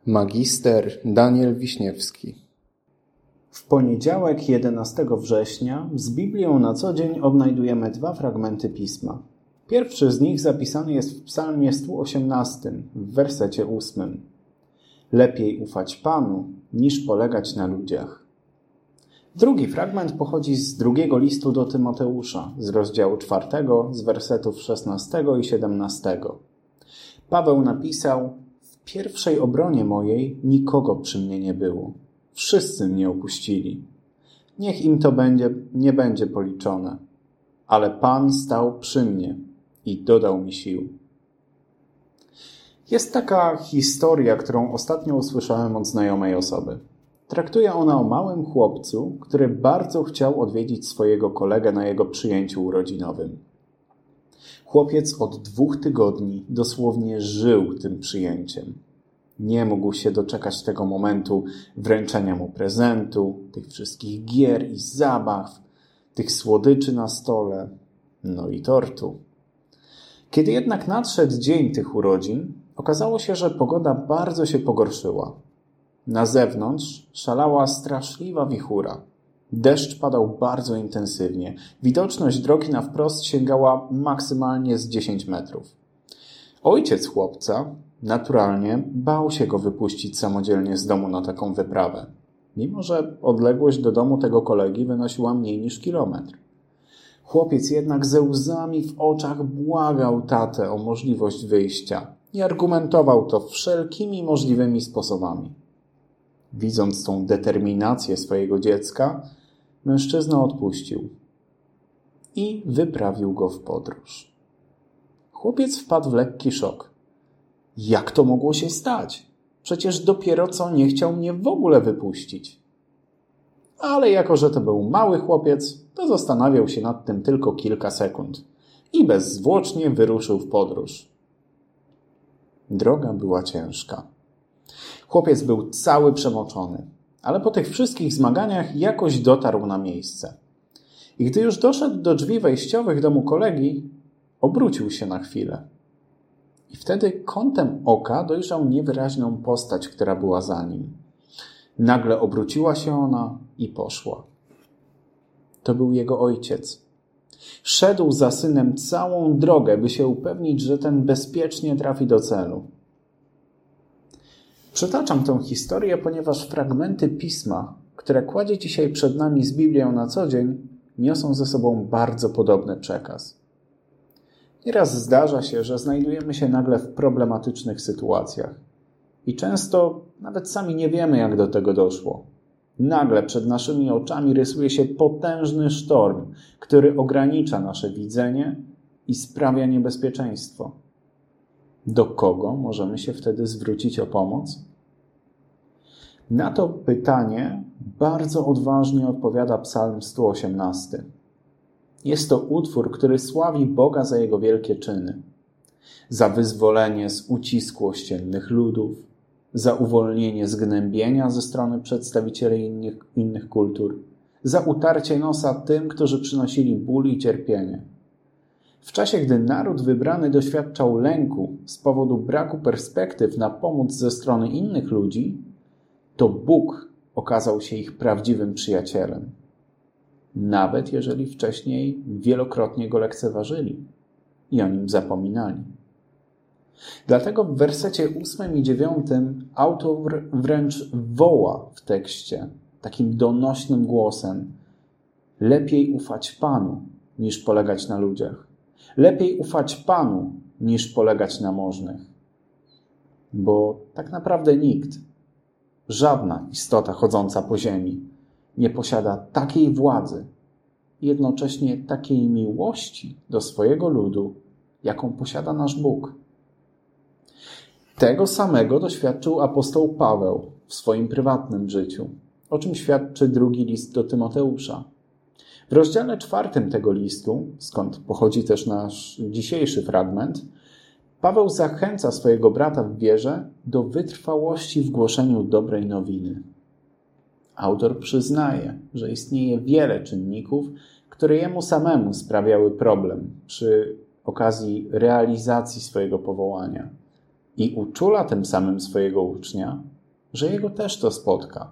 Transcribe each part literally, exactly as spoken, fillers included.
Magister Daniel Wiśniewski. W poniedziałek jedenastego września z Biblią na co dzień odnajdujemy dwa fragmenty Pisma. Pierwszy z nich zapisany jest w Psalmie sto osiemnastym, w wersecie ósmym. Lepiej ufać Panu, niż polegać na ludziach. Drugi fragment pochodzi z drugiego listu do Tymoteusza, z rozdziału czwartego, z wersetów szesnastego i siedemnastego. Paweł napisał: W pierwszej obronie mojej nikogo przy mnie nie było. Wszyscy mnie opuścili. Niech im to będzie, nie będzie policzone. Ale Pan stał przy mnie i dodał mi sił. Jest taka historia, którą ostatnio usłyszałem od znajomej osoby. Traktuje ona o małym chłopcu, który bardzo chciał odwiedzić swojego kolegę na jego przyjęciu urodzinowym. Chłopiec od dwóch tygodni dosłownie żył tym przyjęciem. Nie mógł się doczekać tego momentu wręczenia mu prezentu, tych wszystkich gier i zabaw, tych słodyczy na stole, no i tortu. Kiedy jednak nadszedł dzień tych urodzin, okazało się, że pogoda bardzo się pogorszyła. Na zewnątrz szalała straszliwa wichura. Deszcz padał bardzo intensywnie. Widoczność drogi na wprost sięgała maksymalnie z dziesięć metrów. Ojciec chłopca naturalnie bał się go wypuścić samodzielnie z domu na taką wyprawę, mimo że odległość do domu tego kolegi wynosiła mniej niż kilometr. Chłopiec jednak ze łzami w oczach błagał tatę o możliwość wyjścia i argumentował to wszelkimi możliwymi sposobami. Widząc tą determinację swojego dziecka, mężczyzna odpuścił i wyprawił go w podróż. Chłopiec wpadł w lekki szok. Jak to mogło się stać? Przecież dopiero co nie chciał mnie w ogóle wypuścić. Ale jako, że to był mały chłopiec, to zastanawiał się nad tym tylko kilka sekund i bezzwłocznie wyruszył w podróż. Droga była ciężka. Chłopiec był cały przemoczony, ale po tych wszystkich zmaganiach jakoś dotarł na miejsce. I gdy już doszedł do drzwi wejściowych domu kolegi, obrócił się na chwilę. I wtedy kątem oka dojrzał niewyraźną postać, która była za nim. Nagle obróciła się ona i poszła. To był jego ojciec. Szedł za synem całą drogę, by się upewnić, że ten bezpiecznie trafi do celu. Przytaczam tę historię, ponieważ fragmenty Pisma, które kładzie dzisiaj przed nami z Biblią na co dzień, niosą ze sobą bardzo podobny przekaz. Nieraz zdarza się, że znajdujemy się nagle w problematycznych sytuacjach. I często nawet sami nie wiemy, jak do tego doszło. Nagle przed naszymi oczami rysuje się potężny sztorm, który ogranicza nasze widzenie i sprawia niebezpieczeństwo. Do kogo możemy się wtedy zwrócić o pomoc? Na to pytanie bardzo odważnie odpowiada Psalm sto osiemnasty. Jest to utwór, który sławi Boga za Jego wielkie czyny. Za wyzwolenie z ucisku ościennych ludów, za uwolnienie z gnębienia ze strony przedstawicieli innych, innych kultur, za utarcie nosa tym, którzy przynosili ból i cierpienie. W czasie, gdy naród wybrany doświadczał lęku z powodu braku perspektyw na pomoc ze strony innych ludzi, to Bóg okazał się ich prawdziwym przyjacielem. Nawet jeżeli wcześniej wielokrotnie go lekceważyli i o nim zapominali. Dlatego w wersecie ósmym i dziewiątym autor wręcz woła w tekście takim donośnym głosem: lepiej ufać Panu, niż polegać na ludziach. Lepiej ufać Panu, niż polegać na możnych. Bo tak naprawdę nikt, żadna istota chodząca po ziemi nie posiada takiej władzy i jednocześnie takiej miłości do swojego ludu, jaką posiada nasz Bóg. Tego samego doświadczył apostoł Paweł w swoim prywatnym życiu, o czym świadczy drugi list do Tymoteusza. W rozdziale czwartym tego listu, skąd pochodzi też nasz dzisiejszy fragment, Paweł zachęca swojego brata w wierze do wytrwałości w głoszeniu dobrej nowiny. Autor przyznaje, że istnieje wiele czynników, które jemu samemu sprawiały problem przy okazji realizacji swojego powołania i uczula tym samym swojego ucznia, że jego też to spotka.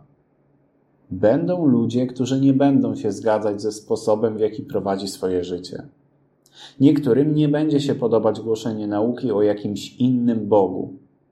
Będą ludzie, którzy nie będą się zgadzać ze sposobem, w jaki prowadzi swoje życie. Niektórym nie będzie się podobać głoszenie nauki o jakimś innym Bogu,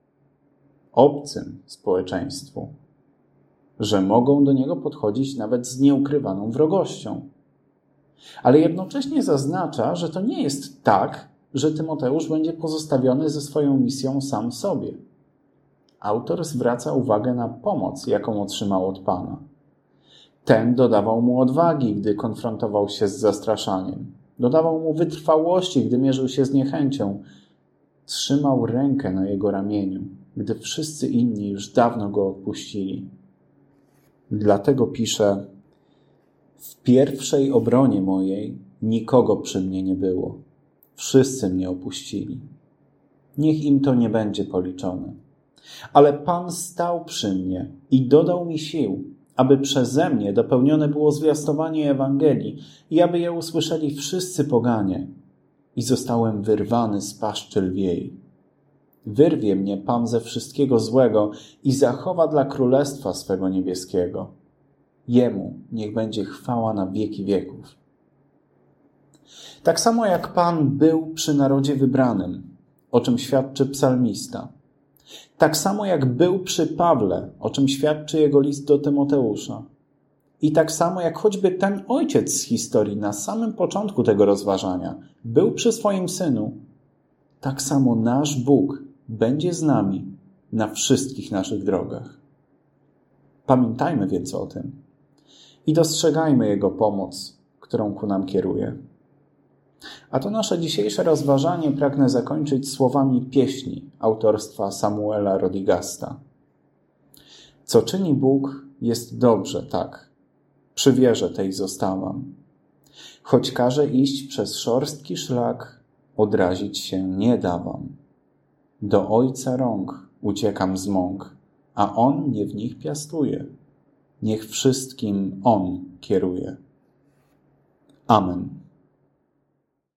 obcym społeczeństwu, że mogą do niego podchodzić nawet z nieukrywaną wrogością. Ale jednocześnie zaznacza, że to nie jest tak, że Tymoteusz będzie pozostawiony ze swoją misją sam sobie. Autor zwraca uwagę na pomoc, jaką otrzymał od Pana. Ten dodawał mu odwagi, gdy konfrontował się z zastraszaniem. Dodawał mu wytrwałości, gdy mierzył się z niechęcią. Trzymał rękę na jego ramieniu, gdy wszyscy inni już dawno go odpuścili. Dlatego pisze: w pierwszej obronie mojej nikogo przy mnie nie było. Wszyscy mnie opuścili. Niech im to nie będzie policzone. Ale Pan stał przy mnie i dodał mi sił, aby przeze mnie dopełnione było zwiastowanie Ewangelii i aby je usłyszeli wszyscy poganie. I zostałem wyrwany z paszczy lwiej. Wyrwie mnie Pan ze wszystkiego złego i zachowa dla królestwa swego niebieskiego. Jemu niech będzie chwała na wieki wieków. Tak samo jak Pan był przy narodzie wybranym, o czym świadczy psalmista. Tak samo jak był przy Pawle, o czym świadczy jego list do Tymoteusza. I tak samo jak choćby ten ojciec z historii na samym początku tego rozważania był przy swoim synu, tak samo nasz Bóg będzie z nami na wszystkich naszych drogach. Pamiętajmy więc o tym i dostrzegajmy Jego pomoc, którą ku nam kieruje. A to nasze dzisiejsze rozważanie pragnę zakończyć słowami pieśni autorstwa Samuela Rodigasta. Co czyni Bóg, jest dobrze, tak. Przy wierze tej zostałam. Choć każe iść przez szorstki szlak, odrazić się nie dawam. Do Ojca rąk uciekam z mąk, a On mnie w nich piastuje. Niech wszystkim On kieruje. Amen.